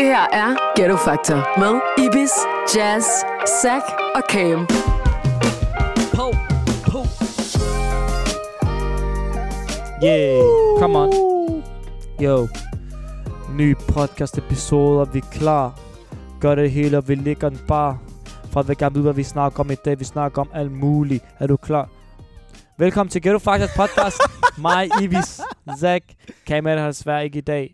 her er Ghetto Factor med Ibis, Jazz, Zach og Cam. Yeah, come on. Yo. Ny podcast episode, og vi er klar. Gør det hele, og vi ligger den bare. For at vi gerne vide, hvad vi snakker om i dag. Vi snakker om alt muligt. Er du klar? Velkommen til Ghetto Factors podcast. Mig, Ibis, Zach. Cam er der desværre ikke i dag.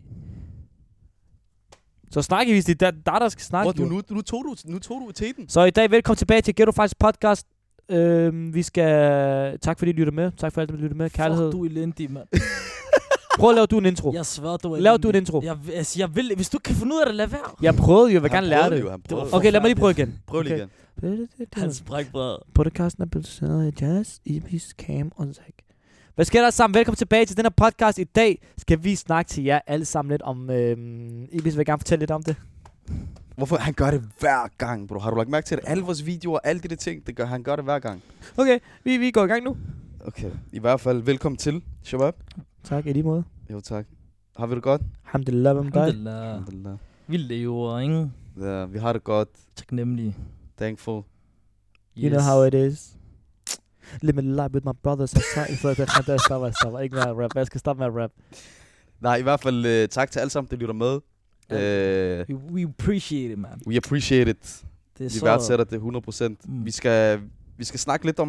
Så snak, Ibis. Det er der skal snakke. Nu tog du teten. Så i dag, velkommen tilbage til Ghetto Factors podcast. Vi skal... Tak fordi I lytter med. Tak for alt, der lytter med. Kærlighed. Fuck, du er elendig, mand. Prøv at lave du en intro. Jeg svær, du er Lav du en intro. Jeg vil... Hvis du kan finde ud af det, lad være. Jeg prøvede jo. Jeg vil gerne lære det. Okay, lad mig lige prøve igen. Prøv lige igen. Han sprækbræd. Podcasten er produceret af Jazz, Ibis, Cam og Zach. Hvad sker der sammen? Velkommen tilbage til den her podcast. I dag skal vi snakke til jer alle sammen lidt om... Ibis vil gerne fortælle lidt om det. Hvorfor? Han gør det hver gang, bro. Har du lagt mærke til det? Alle vores videoer, alle de der ting, han gør det hver gang. Okay, vi går i gang nu. Okay, i hvert fald velkommen til Shabab. Tak, i lige måde. Jo, tak. Har vi det godt? Alhamdulillah, hvad med dig? Alhamdulillah. Vi lever, ikke? Ja, vi har det godt. Taknemmelig. Thankful. You know how it is. Living life with my brothers. Stopper. Ikke mere rap. Jeg skal stoppe med at rap. Nej, i hvert fald tak til alle sammen, der lytter med. We appreciate it, man. We appreciate it. Det vi værdsætter det 100%. Vi skal snakke lidt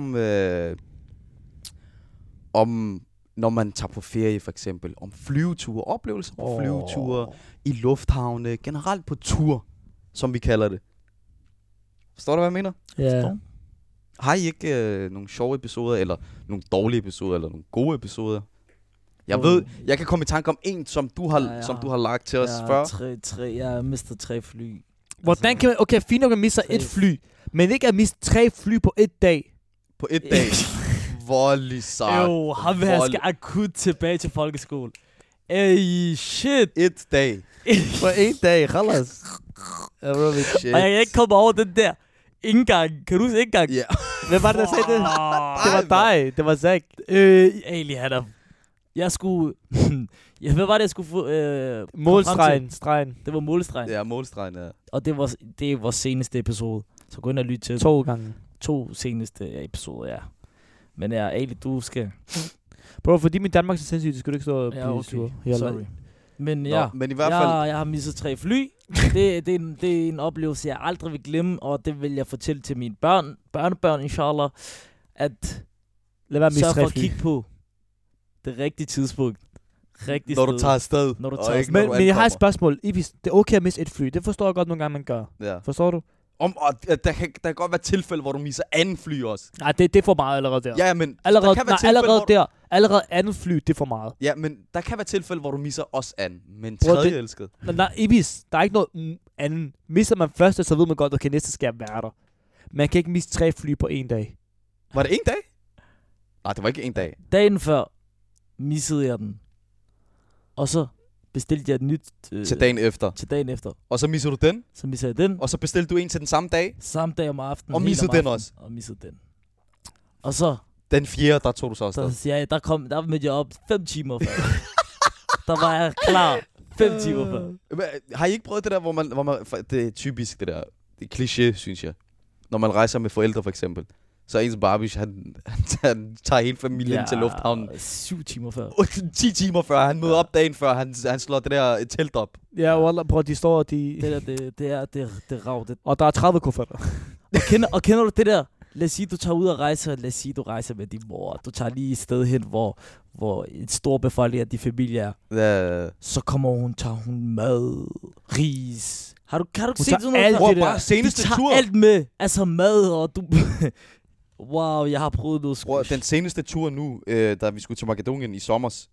om når man tager på ferie for eksempel, om flyveture, oplevelser på flyveture, i lufthavne, generelt på tur, som vi kalder det. Forstår du, hvad jeg mener? Ja. Yeah. Har I ikke nogle sjove episoder, eller nogle dårlige episoder, eller nogle gode episoder? Jeg ved, jeg kan komme i tanke om en, som du har lagt til os før. Jeg har mistet 3 fly. Hvordan kan man... Okay, fint nok at miste 1 fly, men ikke at miste 3 fly på 1 dag. På 1 dag? Voldelig sagt. Jo, ham her skal akut tilbage til folkeskole. Ey, shit. 1 dag. På 1 dag, khalas. Shit. Og jeg kan ikke komme over den der indgang. Kan du huske indgang? Ja. Yeah. Hvem var det, der sagde det? Det var dig. Det var Zach. Egentlig han er... Jeg skulle... hvad var det, jeg skulle få... Målstregen. Det var målstregen. Ja, målstregen, ja. Og det er vores seneste episode. Så gå ind og lyt til 2 gange. 2 seneste episoder, ja. Men ja, egentlig, du skal... Bro, fordi min Danmark er sindssygt, det skal du ikke stå ja, på okay. tur. Sorry. Men ja, men i hvert fald... jeg har misset 3 fly. det er en oplevelse, jeg aldrig vil glemme, og det vil jeg fortælle til mine børnebørn, inshallah, at lad være sørg for at kigge på det rigtige tidspunkt. Når du tager afsted. Men jeg har et spørgsmål. Ibis, det er okay at miste 1 fly. Det forstår jeg godt nogle gange, man gør. Ja. Forstår du? Der kan godt være tilfælde, hvor du misser 2. fly også. Nej, det er for meget allerede der. Ja, men allerede 2. fly, det er for meget. Ja, men der kan være tilfælde, hvor du misser også 2. Men 3. elsket. Nej, Ibis, der er ikke noget andet. Misser man første, så ved man godt, at næste skal være der. Man kan ikke miste 3 fly på 1 dag. Var det 1 dag? Nej, det var ikke 1 dag. Dagen før missede jeg den. Og så bestilte jeg et nyt... til dagen efter. Og så misser du den? Så misser jeg den. Og så bestilte du en til den samme dag? Samme dag om aftenen. Og missede den også? Og missede den. Og så... Den 4. der tog du så også ja, der mødte jeg op 5 timer før. Der var jeg klar 5 timer før. Har I ikke prøvet det der, hvor man det er typisk det der, det er kliché, synes jeg. Når man rejser med forældre for eksempel. Så ens Barbish, han tager hele familien til lufthavnen. 7 timer før. 10 timer før. Han møder op dagen før. Han slår det der telt op. Ja, wallah, bror, de står og de... Det er rav. Og der er 30 kufferter. og kender du det der? Lad os sige, du tager ud og rejser. Lad os sige, du rejser med din mor. Du tager lige et sted hen, hvor en stor befolkning af de familier er. Ja. Så tager hun mad, ris. Kan du se sådan noget? Alt det der. Bare seneste tur. Du tager alt med. Altså mad, og du... Wow, jeg har prøvet noget squash. Den seneste tur nu, da vi skulle til Makedonien i sommers.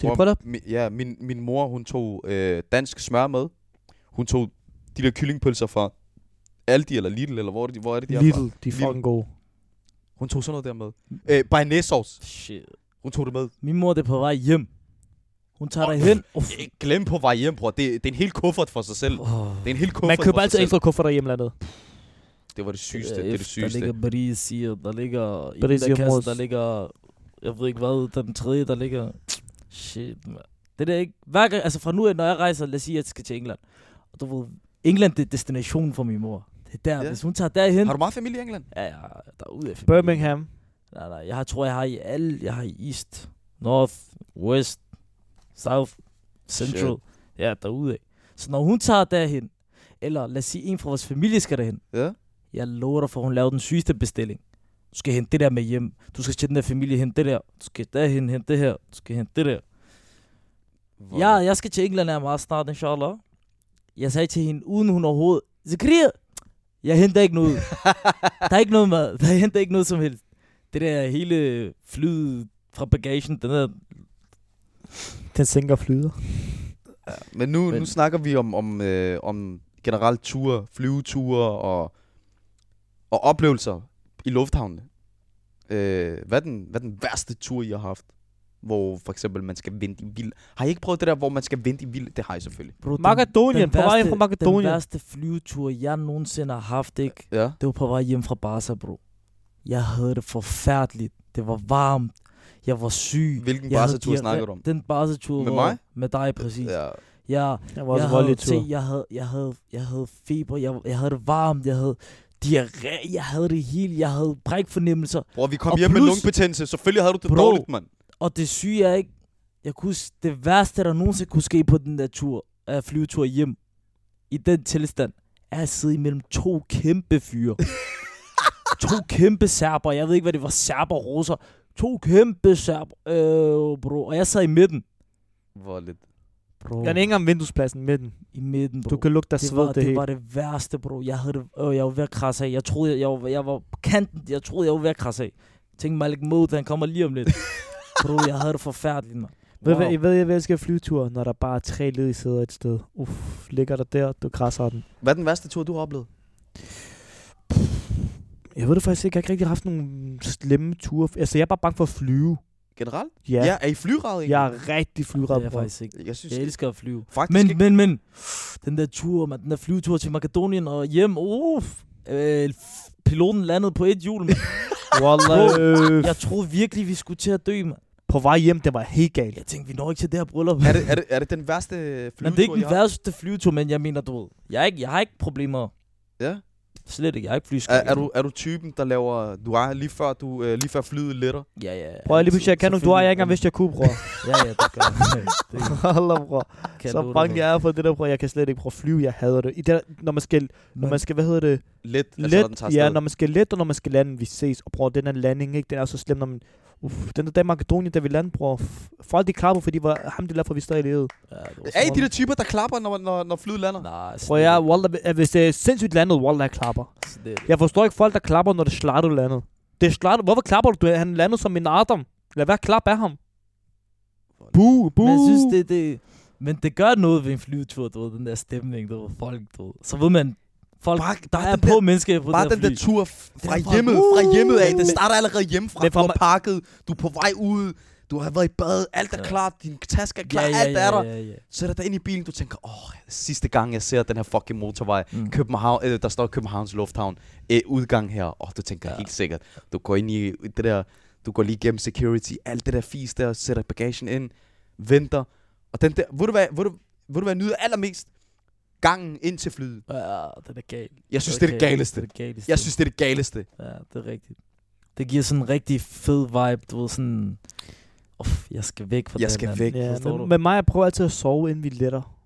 Ja, min mor, hun tog dansk smør med. Hun tog de der kyllingpølser fra Aldi eller Lidl, eller hvor er det, de er fra? Lidl, de er fucking gode. Hun tog sådan noget der med. Bearnaisesauce. Shit. Hun tog det med. Min mor, det er på vej hjem. Hun tager dig hen. Glem på vej hjem, bror. Det er en hel kuffert for sig selv. Det er en hel kuffert. Man køber altid ekstra kufferter hjemlandet. Det var det sygeste. Det er det sygeste. Der ligger Brisia, der ligger i den kasse, der ligger, jeg ved ikke hvad, den tredje, der ligger, shit, man. Det er ikke, hver gang, altså fra nu af, når jeg rejser, lad os sige, at jeg skal til England, og du ved, England, det er destinationen for min mor. Det er der, hvis hun tager derhen... Har du meget familie i England? Ja, derude af familie. Birmingham. Nej, jeg har i alle... Jeg har i East, North, West, South, Central. Shit. Ja, derude af. Så når hun tager derhen, eller lad os sige, en fra vores familie skal derhen. Ja. Jeg lover dig, for hun lavede den sygeste bestilling. Du skal hente det der med hjem. Du skal til den der familie hente det der. Du skal derhen hente det her. Du skal hente det der. Ja, jeg skal til England her meget snart, inshallah. Jeg sagde til hende, uden hun overhovedet, Zakaria, jeg henter ikke noget. Der er ikke noget mad. Der henter ikke noget som helst. Det der hele flyet fra bagagen, den sænker flyder. Ja, men nu snakker vi om generelt ture, flyveture og oplevelser i lufthavnene. Hvad er den værste tur, I har haft? Hvor for eksempel man skal vente i vild. Har I ikke prøvet det der, hvor man skal vente i vild? Det har I selvfølgelig. Bro, Makedonien, på vej hjem fra Makedonien. Den værste flyvetur, jeg nogensinde har haft, ikke? Ja. Det var på vej hjem fra Barca, bro. Jeg havde det forfærdeligt. Det var varmt. Jeg var syg. Hvilken Barca-tur snakker du om? Den Barca-tur med mig? Med dig, præcis. Ja. Jeg var også voldelig tur. Jeg havde feber. Jeg havde det varmt. Jeg havde diarré. Jeg havde det hele. Jeg havde brækfornemmelser. Bror, vi kom hjem med lungebetændelse. Selvfølgelig havde du det dårligt, mand. Og det syge er ikke... Jeg kunne huske, det værste, der nogensinde kunne ske på den der tur, flyvetur hjem, i den tilstand, er at sidde imellem to kæmpe fyre. To kæmpe serber. Jeg ved ikke, hvad det var. Serber, russer. To kæmpe serber. Bro. Og jeg sad i midten. Hvor lidt. Bro. Jeg er ikke engang vinduespladsen midten. I midten, bro. Du kan lugte dig sved det hele. Det var det værste, bro. Jeg var ved at krasse af. Jeg troede, jeg var på kanten. Jeg troede, jeg var ved at krasse af. Jeg tænkte, Malik Mood, han kommer lige om lidt. Bro, jeg havde det forfærdeligt, man. Wow. Jeg ved, jeg elsker flyvetur, når der bare er 3 ledige sæder et sted. Ligger der der, du krasser den. Hvad er den værste tur, du har oplevet? Jeg ved det faktisk ikke. Jeg har ikke rigtig haft nogle slemme ture. Altså, jeg er bare bange for at flyve. Generelt? Ja. Ja, er I flyret egentlig? Jeg er rigtig flyret. Jeg faktisk ikke. Jeg elsker at flyve. Faktisk men, den der tur, man, den der flyvetur til Makedonien og hjem, piloten landede på et hjul, man. Jeg troede virkelig, vi skulle til at dø, man. På vej hjem, det var helt galt. Jeg tænkte, vi når ikke til det her bryllup. Er det den værste flyvetur, men det er ikke den værste flyvetur, men jeg mener, du ved, jeg har ikke problemer. Ja? Slet ikke, jeg har ikke flyskab. Er du typen, der laver, du er lige før flyet letter? Ja. Prøv lige pludselig, jeg kan nogle, du har jeg ikke engang vidst, jeg kunne, bror. Ja, det gør jeg. Hold da, bror. Så bange jeg er for det der, bror. Jeg kan slet ikke prøve at flyve, jeg hader det. I det når man skal, hvad hedder det? Let, ja, når man skal let, og når man skal lande, vi ses. Og bror, den her landing, ikke, den er så slem, når man... den der Makedonien, der vi landede, bror. Folk de klapper, fordi var ham, de lavede for, vi stadig levede. Ja, I de der typer, der klapper, når flyet lander? Nej, bror, hvis det er sindssygt landet, wallah, klapper. Jeg forstår ikke folk, der klapper, når det slatter landet. Det slatter. Hvorfor klapper du? Han landede som en Adam. Lad være klap af ham. Boo. Men jeg synes, men det gør noget ved en flyvetur, du ved, den der stemning, du ved, folk, du ved. Så ved man, folk, der er på mennesker på bare det den der tur fra hjemmet af. Den starter allerede hjemmefra. Du har pakket, du er på vej ud, du har været i bad, alt er klart, din taske er klar, alt er der. Ja. Så er der ind i bilen, du tænker, sidste gang jeg ser den her fucking motorvej, København, der står Københavns Lufthavn, udgang her, du tænker helt sikkert, du går ind i det der, du går lige gennem security, alt det der fis der, sætter bagagen ind, venter, og den der, vil du være nyde allermest? Gangen ind til flyet. Ja, det er galt. Jeg synes, det er det galeste. Jeg synes, det er det galeste. Ja, det er rigtigt. Det giver sådan en rigtig fed vibe, du ved, sådan... jeg skal væk fra det. Jeg skal væk. Ja, men mig, jeg prøver altid at sove, inden vi letter.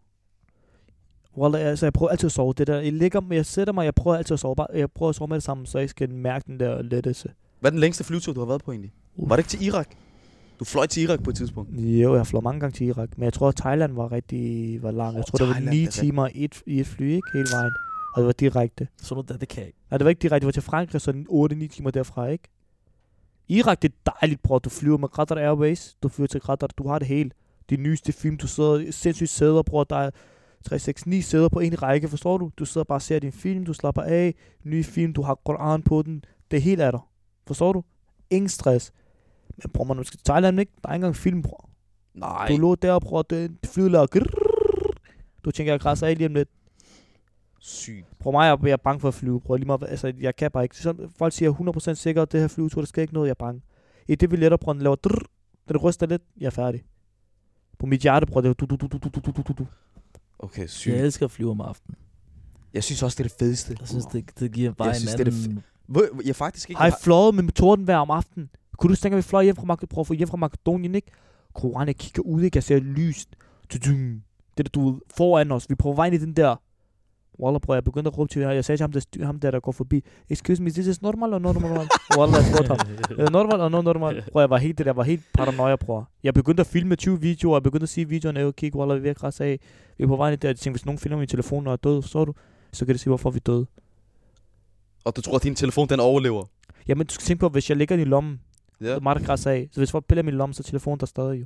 Altså, jeg prøver altid at sove. Det der, jeg sætter mig, jeg prøver altid at sove. Jeg prøver at sove med det samme, så jeg skal mærke den der lettelse. Hvad er den længste flyvetur, du har været på egentlig? Var det ikke til Irak? Du fløj til Irak på et tidspunkt. Jo, jeg fløj mange gange til Irak. Men jeg tror, at Thailand var lang. Jeg tror, det var 9 timer i et fly, ikke? Hele vejen. Og det var direkte. Så nu det kan jeg ikke. Nej, det var ikke direkte. Det var til Frankrig, så 8-9 timer derfra, ikke? Irak, det er dejligt, bror. Du flyver med Qatar Airways. Du flyver til Qatar. Du har det hele. De nyeste film. Du sidder sindssygt sæder, bror. Der er 3-6-9 sæder på en række, forstår du? Du sidder bare og ser din film. Du slapper af. Ny film. Du har Koran på den. Det hele er der. Forstår du? Ingen stress. Men bror, man skal til Thailand, ikke? Der er ikke engang film, bror. Nej. Du lå der, bror. Flyet laver du tænker, jeg krasser af lige om lidt. Sygt. Bror, mig er jeg bange for at flyve, bror. Lige meget, altså, jeg kan bare ikke. Sådan, folk siger 100% sikkert, at det her flyvetur, der skal ikke noget, jeg er bange. I det vi letter, bror, den laver det ryster lidt, jeg er færdig. På mit hjerte, bror, det er du. Okay, sygt. Jeg elsker at flyve om aftenen. Jeg synes også, det er det fedeste. Jeg synes, det giver bare synes, en anden... Jeg faktisk ikke... Har I fløjet med tordenvejr om aftenen? Kunne du tænke, at vi fløj hjem fra Makedonien, ikke? Koran, jeg kigger ud, ikke? Jeg ser lyst. Det der, du ved, foran os. Vi prøver vejen i den der. Wallah, bror, jeg begyndte at råbe til jer. Jeg sagde til ham der går forbi. Excuse me, this is normal or normal? Wallah, jeg spurgte ham. Normal or no normal? Bror, jeg var helt paranoia, bror. Jeg begyndte at filme 20 videoer. Jeg begyndte at sige videoerne. Jeg kigge, wallah, vi er ved at krasse af. Vi er på vejen i der. Jeg tænkte, hvis nogen filmer min telefon og er død, så kan det sige, hvorfor vi er døde. Og du tror, at din telefon, den overlever? Jamen, du skal tænke på, hvis jeg lægger den i lommen, så er det meget, der krasser af. Så hvis folk piller min lomme, så er telefonen der stadig jo.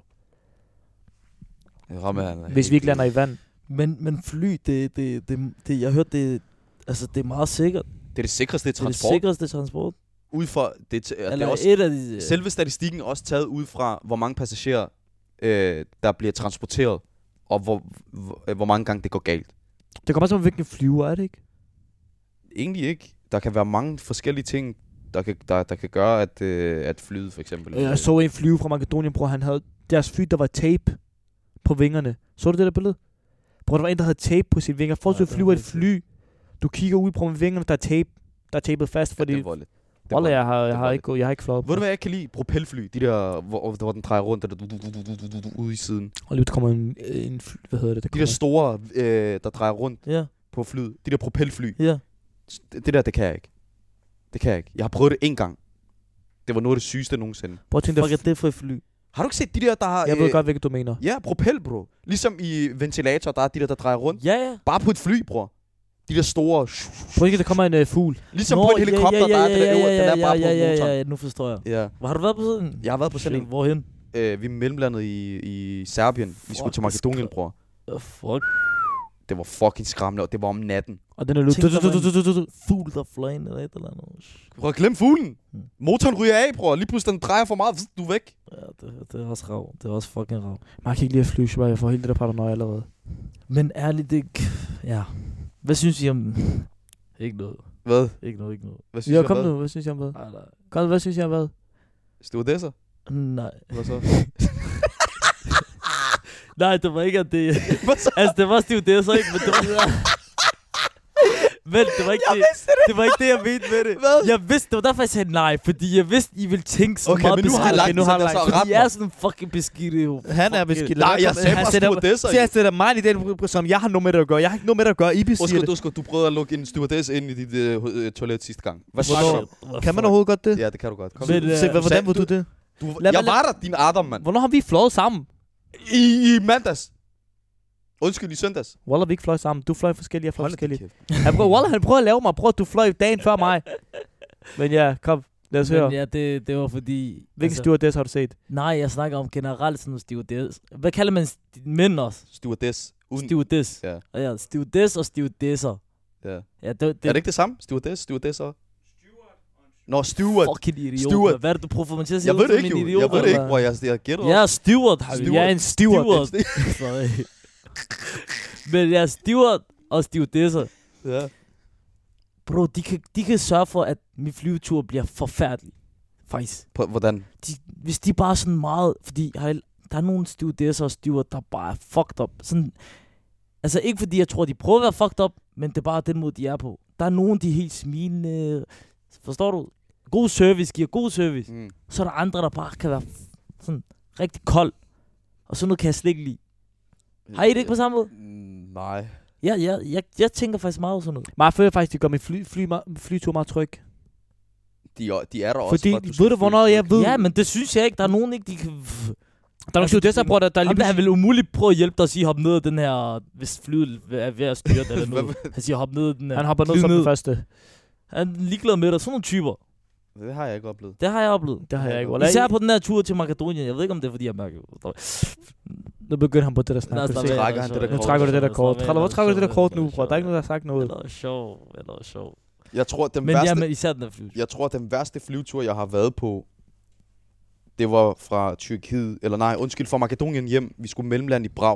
Hvis vi ikke lander i vand. Men fly, jeg hørte, det er meget sikkert. Det er det sikreste transport. Det er det sikreste transport. Ud fra, det er også, et af de, selve statistikken er også taget ud fra, hvor mange passagerer, der bliver transporteret, og hvor mange gange det går galt. Det kommer også om, hvilken flyver er det ikke? Egentlig ikke. Der kan være mange forskellige ting, der kan gøre, at flyet for eksempel... Jeg så en flyve fra Makedonien, bror. Han havde deres fly, der var tape på vingerne. Så du det der billede? Bror, der var en, der havde tape på sine vinger. Fortsat flyver et fly. Du kigger ud på vingerne, der er tape. Der er tapet fast, fordi... Ja, Wallah, jeg har ikke fløjet. Ved du, hvad jeg kan lide? Propelfly. De der, hvor den drejer rundt, ude i siden. Og lige der kommer en hvad hedder det? De der store, der drejer rundt på flyet. De der propelfly. Ja. Det der, det kan jeg ikke. Det kan jeg ikke. Jeg har prøvet det en gang. Det var noget af det sygeste nogensinde. Prøv at tænke dig... Fuck er det for et fly? Har du ikke set de der, der har... Jeg ved godt, hvilket du mener. Ja, propel, bro. Ligesom i ventilator, der er de der drejer rundt. Ja. Bare på et fly, bror. De der store... Prøv ikke, der kommer en fugl. Ligesom på en helikopter, der er den der øver. Den er bare på motoren. Ja, nu forstår jeg. Ja. Hvor har du været på sådan? Jeg har været på sådan en. Hvorhen? Vi er mellemlandet i Serbien. Vi skulle til Makedonien, bror. Fuck. Det var fucking skræmmende, og det var om natten. Og den er løbet. Fugl, der fløj ind eller et eller andet. Prøv at glemme fuglen. Motoren ryger af, bror. Lige pludselig den drejer for meget. Du er væk. Ja, det er også rav. Det er også fucking rav. Man kan ikke lide at flyve, så jeg får helt det der paranoia allerede. Men ærligt, det... Ja. Hvad synes I om... Ikke noget. Hvad? Ikke noget. Hvad synes I om hvad? Nu. Hvad synes I om hvad? Nej. Kom, hvad synes I om hvad? Stewardesser? Nej. Hvad så? Nej, det var ikke, at det... Altså, det var stewardesser, ikke? Men det var... Men det var ikke det. Det var ikke det, jeg mente med det. Hvad? Jeg vidste, det var derfor, jeg sagde nej. Fordi jeg vidste, I ville tænke så meget men nu har jeg lagt det, så fordi I er sådan fucking beskidt. Han er beskidt. Nej, jeg sagde bare stewardesser. Så jeg sætter mig i den, som jeg har noget med det at gøre. Jeg har ikke noget med det at gøre. Ibis siger det. Du prøvede at lukke en stewardesse ind i dit toilet sidste gang. Hvad snakker du? Kan man overhovedet godt det? Ja, det kan du godt. Hvordan var du det? Jeg var der, din Adam, mand. Hvornår har vi fløjet sammen? I mandags. Undskyld, i søndags. Wallah, vi ikke fløj sammen. Du fløj forskellige, jeg fløj forskellige. Wallah, han prøvede at lave mig. Prøv at du fløj dagen før mig. Men ja, kom. Lad os høre. Ja, det var fordi... Hvilken stewardess har du set? Nej, jeg snakker om generelt sådan en stewardess. Hvad kalder man mænd også? Stewardess. Stewardess. Ja. Ja, stewardess og stewardesser. Ja. Ja, det, er det ikke det samme? Stewardesser? Nå, steward. Fucking idiot. Steward. Hvad er det, du prøver for mig til at sige? Jeg ved det ikke, jo. Jeg ved det ikke, bror. Jeg gætter også. Ja, steward. Jeg er en steward. Sorry. Men jeg er steward og stewardesser. Ja. Bro, de kan sørge for, at min flyvetur bliver forfærdelig. Faktisk. Hvordan? Hvis de bare sådan meget... Fordi der er nogle stewardesser og steward, der bare er fucked up. Sådan, altså ikke fordi jeg tror, de prøver at være fucked up, men det er bare den måde, de er på. Der er nogen, de er helt smilende. Forstår du? God service giver god service. Så er der andre, der bare kan være sådan rigtig kold. Og sådan noget kan jeg slet ikke lide. Har I det ikke på samme måde? Nej. Ja, jeg tænker faktisk meget over sådan noget. Men jeg føler faktisk, det gør min flytur meget tryg. De er der også. Fordi, ved du, hvornår jeg ved... Ja, men det synes jeg ikke. Der er nogen ikke, de kan... Der er nogle stewardesser, bror, der lige... Han vil umuligt prøve at hjælpe dig at sige, hop ned af den her... Hvis flyet er ved at styre eller noget. Han siger, hop ned af den her... Han hopper ned som den første. Han er ligeglad med dig. Sådan nogle typer. Det har jeg ikke oplevet. Det har jeg oplevet. Det har jeg ikke. Især på den her tur til Makedonien. Jeg ved ikke, om det er, fordi jeg mærker... Nu begynder han på det der snak. Nu trækker han det der kort. Nu trækker du det der kort. Hvor trækker du det der kort nu, bror? Der er ikke noget, der har sagt noget. Eller sjov. Jeg tror, den men værste... men især den der flyvetur. Jeg tror, den værste flyvetur, jeg har været på, det var fra Tyrkiet. Eller nej, undskyld, fra Makedonien hjem. Vi skulle mellemlande i Prag.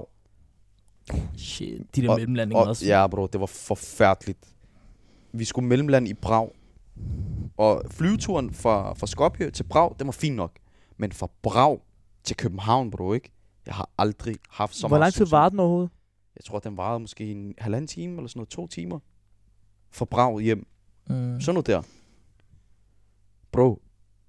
Shit, de der mellemlandinger også. Ja, bro, det var forfærdeligt. Vi skulle mellemlande i Prag. Og flyveturen fra Skopje til Prag, den var fin nok. Men fra Prag til København, bro, ikke? Jeg har aldrig haft så meget. Hvor lang tid var den overhovedet? Jeg tror, den varede måske en halvanden time eller sådan noget, 2 timer. fra Prag hjem. Sådan noget der. Bro.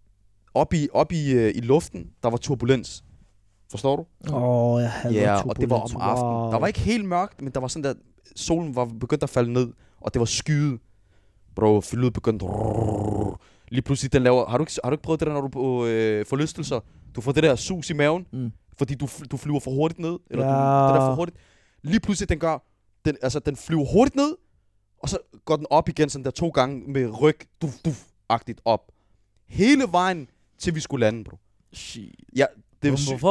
Op i luften, der var turbulens. Forstår du? Jeg havde turbulens. Og det var om aftenen. Wow. Der var ikke helt mørkt, men der var sådan der, solen var begyndt at falde ned, og det var skyet. Bro, flyet begyndte. Lige pludselig, den laver... Har du ikke prøvet det der, når du på forlystelser? Du får det der sus i maven, fordi du flyver for hurtigt ned. Eller det der for hurtigt. Lige pludselig, den flyver hurtigt ned, og så går den op igen sådan der 2 gange med ryg, agtigt op. Hele vejen, til vi skulle lande, bro. Shit. Ja, det var hvorfor?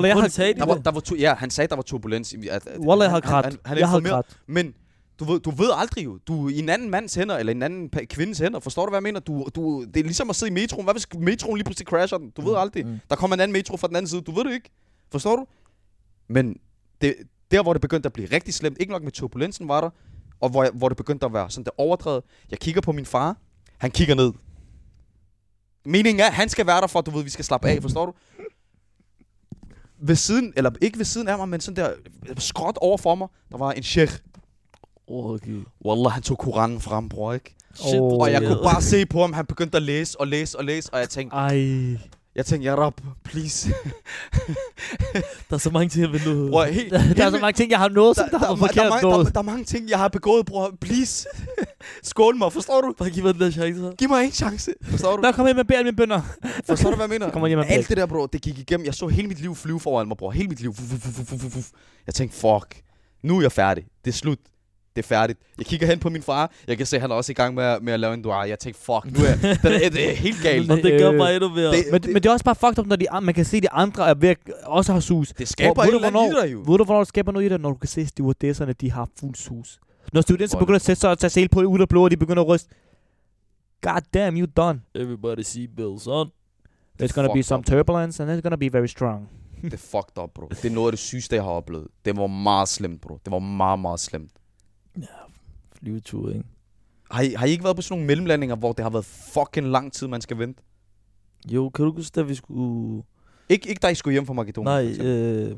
Han sagde, der var turbulens. Wallah, jeg har grædt. Jeg har grædt. Men du ved aldrig jo. Du er i en anden mands hænder, eller en anden kvindes hænder. Forstår du, hvad jeg mener? Det er ligesom at sidde i metroen. Hvad hvis metroen lige pludselig crasher den? Du ved aldrig. Der kommer en anden metro fra den anden side. Du ved det ikke. Forstår du? Men der, hvor det begyndte at blive rigtig slemt, ikke nok med turbulensen var der, og hvor det begyndte at være sådan der overdrevet. Jeg kigger på min far. Han kigger ned. Meningen er, at han skal være der for, du ved, vi skal slappe af. Forstår du? Ved siden, eller ikke ved siden af mig, men sådan der skråt over for mig, der var en sheikh. Okay. Wallah, han tog Koranen frem, bror, ikke? Shit, og jeg kunne bare se på ham, han begyndte at læse, og jeg tænkte, ja Rab, please. Der er så mange ting, jeg vil nå. Bror, der er så mange ting, jeg har nået, som der er forkert nået. Der er mange ting, jeg har begået, bror. Please. Skål mig, forstår du? Bare giv mig den der chance. Giv mig en chance, forstår du? Der kommer hjem med bæren mine bønner. Forstår du, hvad jeg mener? Kommer hjem med alt det der, bro, det gik igennem. Jeg så hele mit liv flyve foran mig, bror. Hele mit liv. Jeg tænkte, fuck. Nu er jeg færdig. Det er slut. Det er færdigt. Jeg kigger hen på min far. Jeg kan se, at han er også i gang med at lave en dua. Jeg tænkte, fuck, nu det er helt galt. Og det gør bare endnu mere. Men det er også bare fucked up, når man kan se, at de andre er ved at også har sus. Det skaber et eller andet i dig, jo. Ved du, hvornår det skaber noget i dig, når du kan se, at stewardesserne, de har fuld sus? Når stewardesserne begynder at sætte sig og tage sæl på ud af blå, og de begynder at ryste. God damn, you done. Everybody seatbelts on. There's gonna be some turbulence, and it's gonna be very strong. Det er fucked up, bro. Det er noget af det sygeste, jeg har oplevet. Det var meget slemt, bro. Det var meget, meget slemt. Ja, flyvetur, ikke? Har I ikke været på sådan nogle mellemlandinger, hvor det har været fucking lang tid, man skal vente? Jo, kan du huske, da vi skulle... Ikke da I skulle hjem fra Makedonien? Nej,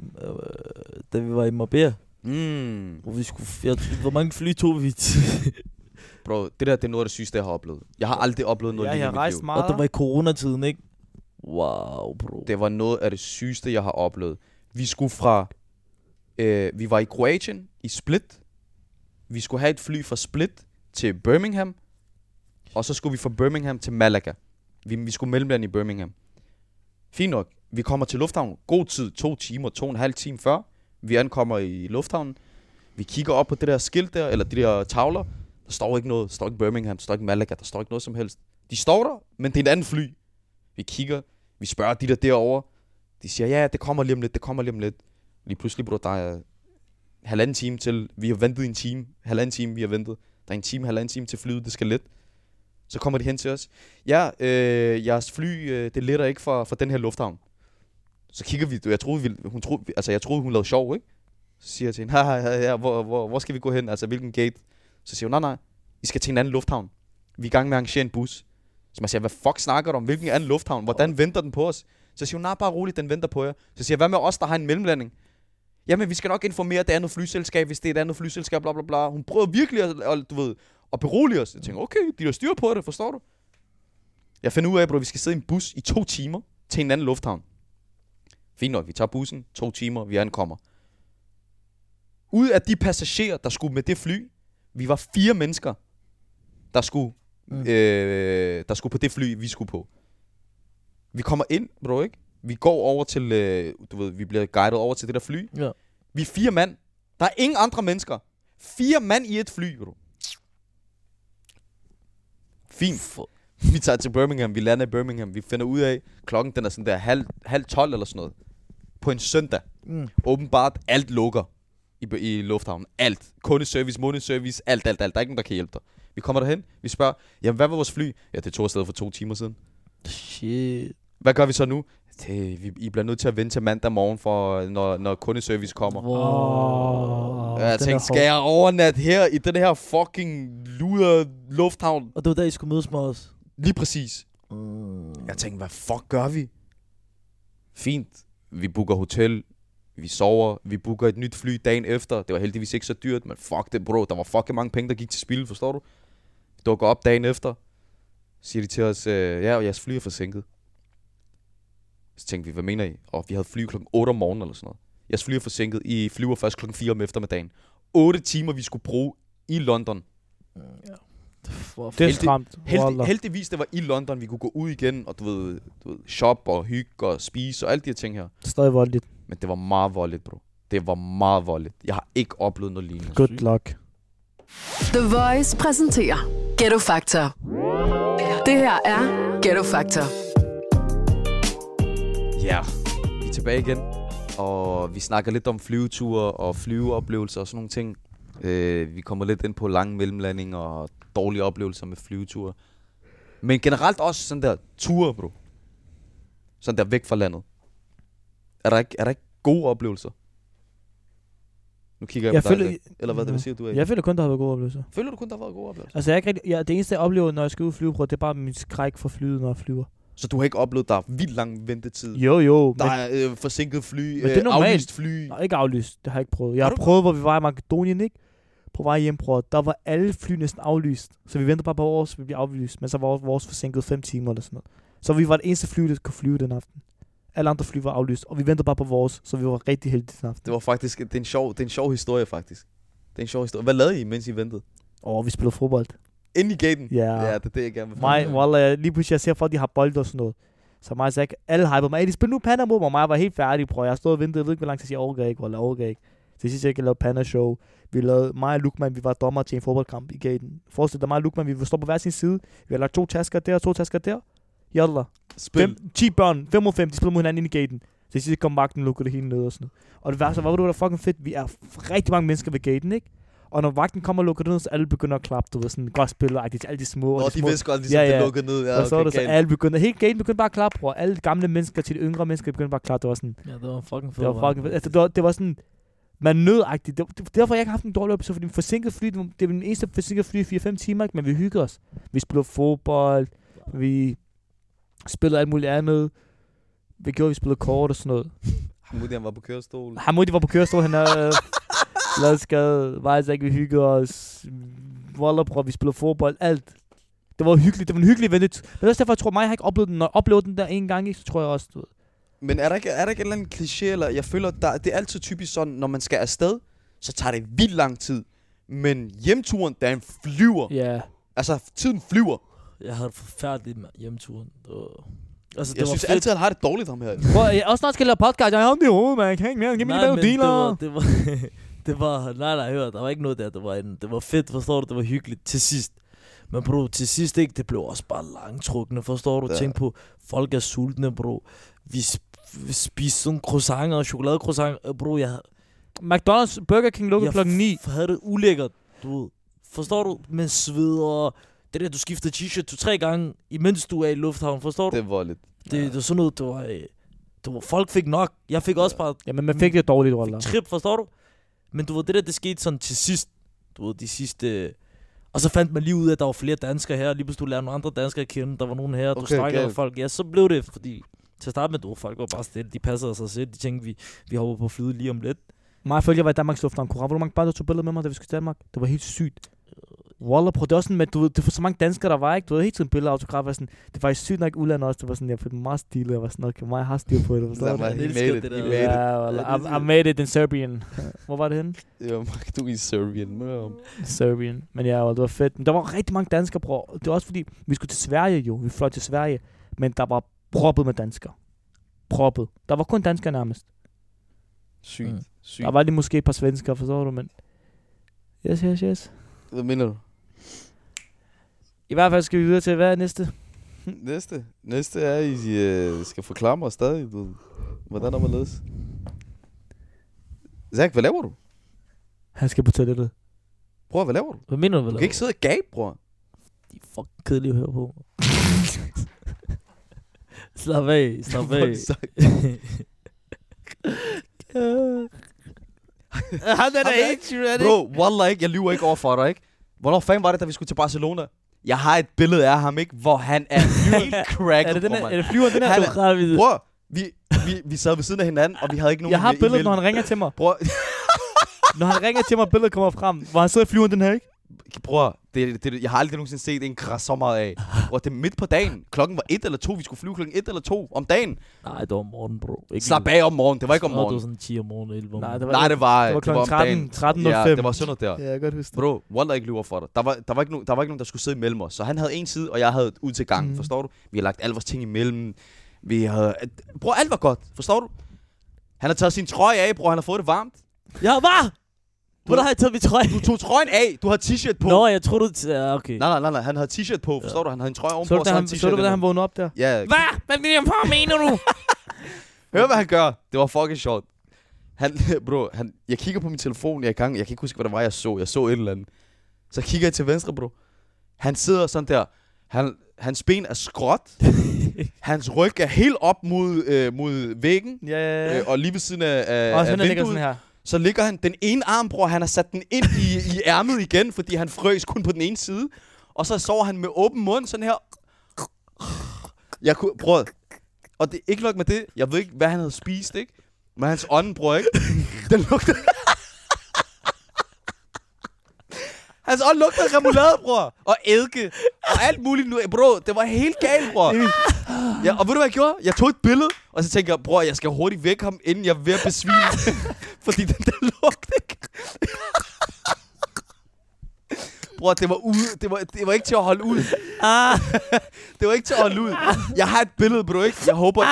da vi var i Marbella. Hvor vi skulle... hvor mange fly tog vi til? Bro, det er noget af det sygeste, jeg har oplevet. Jeg har aldrig oplevet noget lignende i mit liv. Og det var i coronatiden, ikke? Wow, bro. Det var noget af det sygeste, jeg har oplevet. Vi skulle fra... vi var i Kroatien, i Split. Vi skulle have et fly fra Split til Birmingham. Og så skulle vi fra Birmingham til Malaga. Vi skulle mellemlande i Birmingham. Fint nok. Vi kommer til lufthavnen. God tid. 2 timer, 2,5 timer før. Vi ankommer i lufthavnen. Vi kigger op på det der skilt der, eller de der tavler. Der står ikke noget. Der står ikke Birmingham, der står ikke Malaga, der står ikke noget som helst. De står der, men det er en anden fly. Vi kigger. Vi spørger de der derovre. De siger, ja, det kommer lige om lidt. Lige pludselig, bro, der er 1,5 time til. Vi har ventet en time. 1,5 time, vi har ventet. Der er en time, 1,5 time til flyet, det skal lette. Så kommer de hen til os. Ja, jeres fly, det letter ikke for den her lufthavn. Så kigger vi, jeg troede, hun lavede sjov, ikke? Så siger jeg til hende, ja, hvor skal vi gå hen? Altså, hvilken gate? Så siger hun, nej, I skal til en anden lufthavn. Vi er i gang med at arrangere en bus. Så man siger, hvad fuck snakker du om? Hvilken anden lufthavn? Hvordan venter den på os? Så siger hun, nej, bare roligt, den venter på jer. Så siger jeg, hvad med os, der har en mellemlanding? Jamen, vi skal nok informere det andet flyselskab, hvis det er et andet flyselskab, bla bla bla. Hun prøver virkelig at berolige os. Jeg tænker, okay, de der styr på det, forstår du? Jeg finder ud af, at vi skal sidde i en bus i 2 timer til en anden lufthavn. Fint nok, vi tager bussen, 2 timer, vi ankommer. Ud af de passagerer, der skulle med det fly, vi var 4 mennesker, der skulle på det fly, vi skulle på. Vi kommer ind, bro, ikke? Vi går over til, vi bliver guidet over til det der fly. Ja. Vi er 4 mand. Der er ingen andre mennesker. 4 mand i et fly, bro. Fint. Vi tager til Birmingham, vi lander i Birmingham. Vi finder ud af, klokken den er sådan der halv 12 eller sådan noget. På en søndag. Åbenbart alt lukker i lufthavnen. Alt. Kundeservice, månedsservice, alt. Der er ikke nogen, der kan hjælpe dig. Vi kommer derhen, vi spørger, jamen hvad var vores fly? Ja, det tog afsted for 2 timer siden. Shit. Hvad gør vi så nu? I bliver nødt til at vente til mandag morgen, for når kundeservice kommer. Jeg tænkte, skal jeg overnatte her i den her fucking luder lufthavn? Og det var der, I skulle mødes med os? Lige præcis. Jeg tænkte, hvad fuck gør vi? Fint. Vi booker hotel. Vi sover. Vi booker et nyt fly dagen efter. Det var heldigvis ikke så dyrt, men fuck det, bro. Der var fucking mange penge, der gik til spil, forstår du? Dukker op dagen efter. Siger de til os, jeres fly er forsinket. Så tænkte vi, hvad mener I? Og vi havde fly klokken 8 om morgenen eller sådan noget. Jeres fly er forsinket. I flyver først klokken 4 om eftermiddagen. 8 timer, vi skulle bruge i London. Ja. Det er stramt. Heldigvis, det var i London, vi kunne gå ud igen, og du ved shop og hygge og spise og alle de her ting her. Stadig voldeligt. Men det var meget voldeligt, bro. Det var meget voldeligt. Jeg har ikke oplevet noget lignende. Good luck. The Voice præsenterer Ghetto Factor. Det her er Ghetto Factor. Ja, vi er tilbage igen. Og vi snakker lidt om flyveture og flyveoplevelser og sådan nogle ting. Vi kommer lidt ind på lange mellemlandinger og dårlige oplevelser med flyveture. Men generelt også sådan der ture, bro. Sådan der væk fra landet. Er der ikke gode oplevelser? Nu kigger jeg på dig. Eller hvad det siger du? Jeg føler kun, der har været gode oplevelser. Føler du kun, der har været gode oplevelser? Altså, det eneste, jeg oplever, når jeg skal ud og flyve, det er bare min skræk for flyet, når jeg flyver. Så du har ikke oplevet, der er vildt lang ventetid? Jo. Der er forsinket fly, aflyst fly? Nej, ikke aflyst. Det har jeg ikke prøvet. Jeg har prøvet, hvor vi var i Makedonien, ikke? På vej hjem, bror. Der var alle fly næsten aflyst. Så vi venter bare på vores, vi bliver aflyst. Men så var vores forsinket 5 timer eller sådan noget. Så vi var det eneste fly, der kunne flyve den aften. Alle andre fly var aflyst, og vi ventede bare på vores, så vi var rigtig heldige den aften. Det var faktisk, det er en sjov historie faktisk. Det er en sjov historie. Hvad lavede I, mens I ventede? Vi spillede fodbold. Inde i gaten? Ja. Ja, det er det, jeg gerne vil. Wallah, lige pludselig jeg ser folk, de har bold og sådan noget. Så mig og Zach, alle hypede mig. De spiller nu panda mod mig. Jeg var helt færdig, bror. Jeg stod og ventede, jeg ved ikke, hvor lang tid jeg overgav ikke. Til sidst jeg lavede panda-show. Vi lavede mig og Lukman, vi var dommer til en fodboldkamp i gaten. Forestil dig mig og Lukman, vi stod på hver sin side. Vi har lagt 2 tasker der og 2 tasker der. Yallah. 10 børn, 5 mod 5, de spillede mod hinanden ind i gaten. Så til sidst kom vagten og lukkede det hele ned og sådan noget. Og det værste var, det var fucking fedt. Vi er rigtig mange mennesker ved gaten, ikke? Og når vagten kommer og lukker det ned, så alle begynder at klappe. Du ved, sådan godt spiller, alle de små. Og de vidste godt, ligesom det lukkede ned. Ja, og så var det så, alle begyndte, helt gaten begyndte bare at klappe, bror. Alle gamle mennesker til de yngre mennesker begyndte bare at klappe. Det var sådan. Ja, det var fucking fedt. Altså, det var sådan, man nødagtigt. Derfor jeg ikke har haft en dårlig oplevelse, fordi forsinket fly, det var den eneste forsinket fly i 4-5 timer, ikke? Men vi hyggede os. Vi spillede fodbold, vi spillede alt muligt andet. Vi spillede kort og sådan noget. Hamudi, han var på kørestol. Hamudi var på kørestol, han havde lavet skade. Vejs ikke, vi hyggede os. Wallah, bror, vi spillede fodbold, alt. Det var hyggeligt, det var en hyggelig ventet. Men også derfor, jeg tror mig, jeg har ikke oplevet den. Når jeg oplevede den der en gang, ikke, så tror jeg også, du ved. Men er der ikke en eller anden kliché, eller jeg føler, det er altid typisk sådan, når man skal afsted, så tager det vildt lang tid. Men hjemturen, der er en flyver. Ja. Yeah. Altså, tiden flyver. Jeg havde det forfærdeligt med hjemturen. Altså, jeg synes altid, han har det dårligt, ham her. Bro, jeg også snart skal lave podcast. Jeg har det i hovedet, man. Kan ikke mere. Giv mig de dealer. Det var nej, hør, der var ikke noget der. Det var fedt, forstår du? Det var hyggeligt til sidst. Men bro, til sidst ikke, det blev også bare langtrukkende, forstår du? Ja. Tænk på, folk er sultne, bro. Vi spiste sådan croissanter og chokoladecroissanter, bro. McDonald's Burger King lukkede klokken 9. Jeg havde det ulækkert, du ved. Forstår du? Med sved og det der, du skifter t-shirt 2-3 gange, imens du er i lufthavn, forstår du? Det var lidt. Det var sådan noget, det var folk fik nok. Jeg fik også bare. Ja, men man fik det dårligt, Wallah. Trip, forstår du? Men du ved, det der, det skete sådan til sidst. Du ved, de sidste. Og så fandt man lige ud af, at der var flere danskere her. Lige pludselig du lærte nogle andre danskere at kende. Der var nogen her, du snakkede med folk. Ja, så blev det, fordi til at starte med, folk var bare stille. De passede sig selv. De tænkte, vi hopper på flyet lige om lidt. Mig følte, jeg var i Danmarks Lufthavn. Hvor mange bare der tog billeder med mig, da vi skulle til Danmark? Det var helt sygt. Wallah, prøv, det var sådan, med, du ved, det var så mange danskere, der var, ikke? Du ved, helt tiden billeder, autografer, sådan, det var faktisk sygt nok udlandet også, det var sådan, jeg følte meget stilet, jeg var sådan, okay, mig har stil på det, forstår du? I made it in Serbian. Hvor var det henne? Ja, du i Serbian. Serbian, men ja, det var fedt. Men der var rigtig mange danskere, bror. Det var også fordi, vi skulle til Sverige jo, vi fløj til Sverige, men der var proppet med danskere. Proppet. Der var kun danskere nærmest. Sygt. Der var lige måske et par svensker, forstår du, men yes. Hvad mener du? I hvert fald skal vi videre til, hvad er næste? Næste er, I skal forklare mig stadig, hvordan er man ledes. Zach, hvad laver du? Han skal på toilettet. Bror, hvad laver du? Hvad mener du, Du kan ikke sidde og gabe, bror. De er fucking kedelige at høre på. Slap af. Han er ikke. Bro, wallah ikke, jeg lyver ikke over for dig, ikke? Hvornår fanden var det, da vi skulle til Barcelona? Jeg har et billede af ham, ikke? Hvor han er helt cracket, bror. Er det flyveren, den her? Bror, vi sad ved siden af hinanden, og vi havde ikke nogen. Jeg har billedet, når han ringer til mig. Bror. Når han ringer til mig, billedet kommer frem. Hvor han sidder i flyveren, den her, ikke? Bror, jeg har aldrig nogensinde set en græs så meget af. Bror, det er midt på dagen. Klokken var 1 eller 2. Vi skulle flyve klokken 1 eller 2 om dagen. Nej, det var om morgenen, bro. Slap af om morgenen. Det var ikke om morgenen. Det var sådan 10 om morgenen, 11 om morgenen. Nej, det var klokken 13.05. Ja, det var sådan noget der. Ja, jeg kan godt huske det. Bro, Wallah ikke lyver for dig. Der var ikke nogen, der skulle sidde imellem os. Så han havde en side, og jeg havde ud til gangen. Forstår du? Vi har lagt alle vores ting imellem. Bror, alt var godt. Forstår du? Han har taget sin trøje af, bror. Han har fået det varmt. Ja, hvad? Hvordan har jeg taget min trøje? Du tog trøjen af. Du har t-shirt på. Nå, jeg troede du... Okay. Nej. Han havde t-shirt på. Forstår du? Han havde en trøje ovenpå. Så du, hvordan han vågnede op der? Ja. Hvad mener du? Hør, hvad han gør. Det var fucking sjovt. Jeg kigger på min telefon. Jeg kan ikke huske, hvad det var, jeg så. Jeg så et eller andet. Så kigger jeg til venstre, bro. Han sidder sådan der. Hans ben er skråt. Hans ryg er helt op mod væggen. Ja. Og lige ved siden af vinduet. Sådan her. Så ligger han den ene arm, bror. Han har sat den ind i ærmet igen, fordi han frøs kun på den ene side. Og så sover han med åben mund sådan her. Jeg kunne... Bror... Og det er ikke nok med det. Jeg ved ikke, hvad han havde spist, ikke? Men hans ånden, bror, ikke? Den lugter... Hans ånd lugter remoulade, bror. Og eddike. Og alt muligt nu. Bro, det var helt galt, bror. Ja, og ved du, hvad jeg gjorde? Jeg tog et billede, og så tænkte jeg, bror, jeg skal hurtigt væk ham, inden jeg er ved at besvime. Fordi den der lugt, ikke? Bror, det var ikke til at holde ud. Det var ikke til at holde ud. Jeg har et billede, bro, ikke? Jeg håber...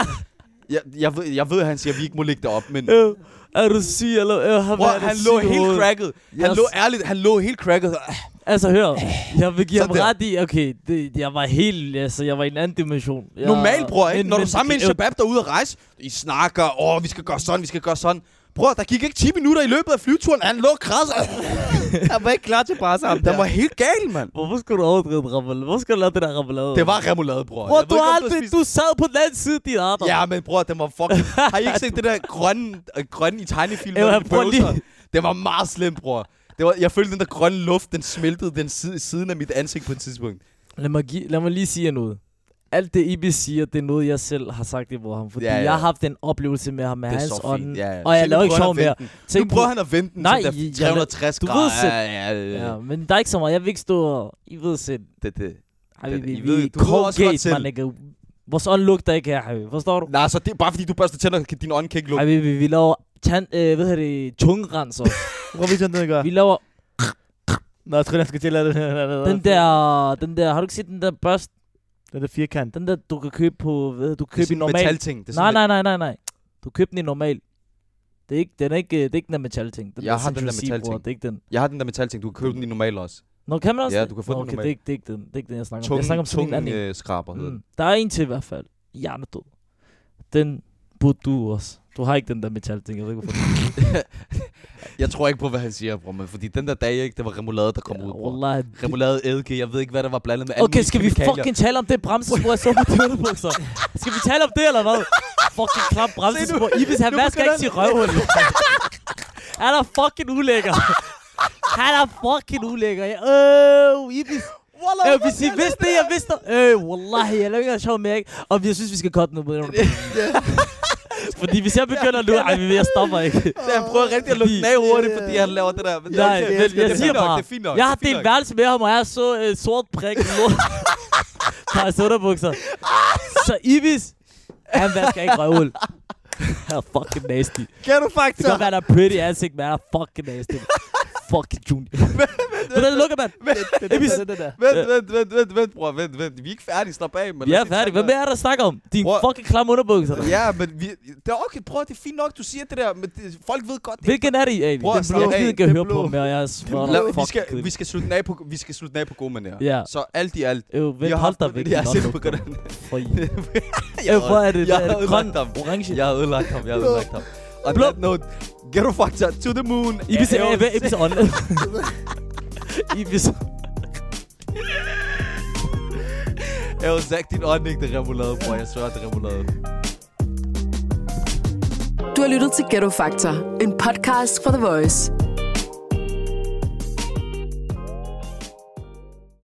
Jeg ved, at han siger, at vi ikke må lægge det op, men... Er du syg, eller... Bror, han lå helt cracket. Han lå helt cracket. Altså, hør. Jeg vil give ham ret i... Okay, jeg var helt... Altså, jeg var i en anden dimension. Normalt, bror, ikke? Når du er sammen med en shabab, der er ude at rejse, I snakker, vi skal gøre sådan. Bror, der gik ikke 10 minutter i løbet af flyturen. Han lå krasset. Han var ikke klar til bare sammen. Den var helt gal, mand. Hvorfor skulle du overdrive remoulade? Hvorfor skulle du lave det der remoulade? Det var remoulade, bror. Bror, du sad på den anden side, din arter. Ja, men bror, den var fucking... Har I ikke set det der grønne i tegnefilmen? Det var meget slemt, bror. Jeg følte, den der grønne luft, den smeltede den siden af mit ansigt på et tidspunkt. Lad mig lige sige noget. Alt det, Ibis siger, det er noget, jeg selv har sagt imod ham. Fordi jeg har haft en oplevelse med ham, med hans ånd. Ja. Og jeg laver ikke sjov mere. Nu prøver han at vente den til 360 grader. Du ved selv. Ja, men der er ikke så meget. Jeg vil ikke stå og... I ved selv. Vi Colgate, man ikke. Vores ånd lugter ikke her, forstår du? Nej, så det er bare fordi, du børster tænder, din ånd kan ikke lugte. Vi laver tungerenser. Hvor vi sådan det gør? Vi laver... Nå, jeg tror, jeg skal til at det. Den der, har du ikke set den der børst? Den der firkant. Den der, du kan købe på, du køber i normal. Metalting. Nej. Du køber den i normal. Det er ikke den der metalting. Jeg har den der metalting. Det er ikke den. Jeg har den der metalting. Du kan købe den i normal også. Nå, kan man også? Ja, du kan få den normal. Det er ikke den. Det er ikke den, jeg snakker om. Jeg snakker om sådan en anden. Skraber hedder den. Der er en til i hvert fald. Hjernedød. Den burde du også. Du har ikke den der metalting. Jeg ved ikke, hvorfor. Jeg tror ikke på, hvad han siger, bror. Men fordi den der dag, ikke, det var remoulade, der kom ud, bror. Remoulade, eddike, jeg ved ikke, hvad der var blandet med. Okay, skal vi fucking tale om det bremsespor, jeg så på de underbukser? Skal vi tale om det, eller hvad? Fucking klap bremsespor. Ibis, han vasker ikke sin røvhul. Han er fucking ulækker. Ibis. Hvis I vidste det, jeg vidste. Wallahi, jeg laver ikke sjov med, ikke? Og jeg synes, vi skal cutte noget. Fordi hvis jeg begynder nu, jeg stopper ikke. Han prøver rigtig at lukke den af hurtigt, fordi han laver det der. Nej, jeg siger bare, jeg har delt værelse med ham, og jeg så sort prik på hans underbukser. Så Ibis, han vasker ikke røvhul. Han er fucking nasty. Kan du faktisk? Det kan være, der er pretty ansigt, men han er fucking nasty. Fucking junior. Hvordan lukker man? Vent, bror. Vent. Vi er ikke færdige. Slap af. Vi er færdige. Hvad mere er der at snakke om? Din fucking klamme underbukser. Ja, men det er okay, bror. Det er fint nok, du siger det der. Men folk ved godt det. Hvilken er det? Den blå skide kan høre på med, og jeg er smart. Vi skal slutte den af på gode manér. Ja. Så alt i alt. Hold dig væk. Jeg er sikker på hvordan. Hvor er det? Jeg har ødelagt ham. Orange. Jeg har ødelagt ham. On that note, Ghetto Factor to the moon. Ibis on. Ibis. Jeg har sagt din ånd ikke, det remoulade, bror. Jeg svær, det remoulade. Du har lyttet til Ghetto Factor, en podcast fra The Voice.